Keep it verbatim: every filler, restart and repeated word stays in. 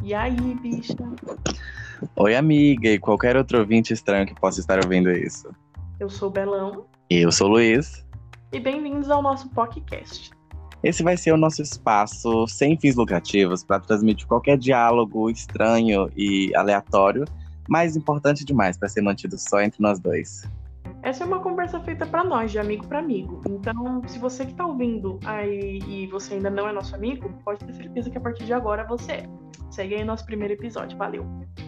E aí, bicha? Oi, amiga, e qualquer outro ouvinte estranho que possa estar ouvindo isso. Eu sou o Belão Eu sou o Luiz. e bem-vindos ao nosso podcast. Esse vai ser o nosso espaço sem fins lucrativos para transmitir qualquer diálogo estranho e aleatório, mas importante demais para ser mantido só entre nós dois. Essa é uma conversa feita pra nós, de amigo pra amigo. Então, se você que tá ouvindo aí e você ainda não é nosso amigo, pode ter certeza que a partir de agora você é. Segue aí nosso primeiro episódio. Valeu!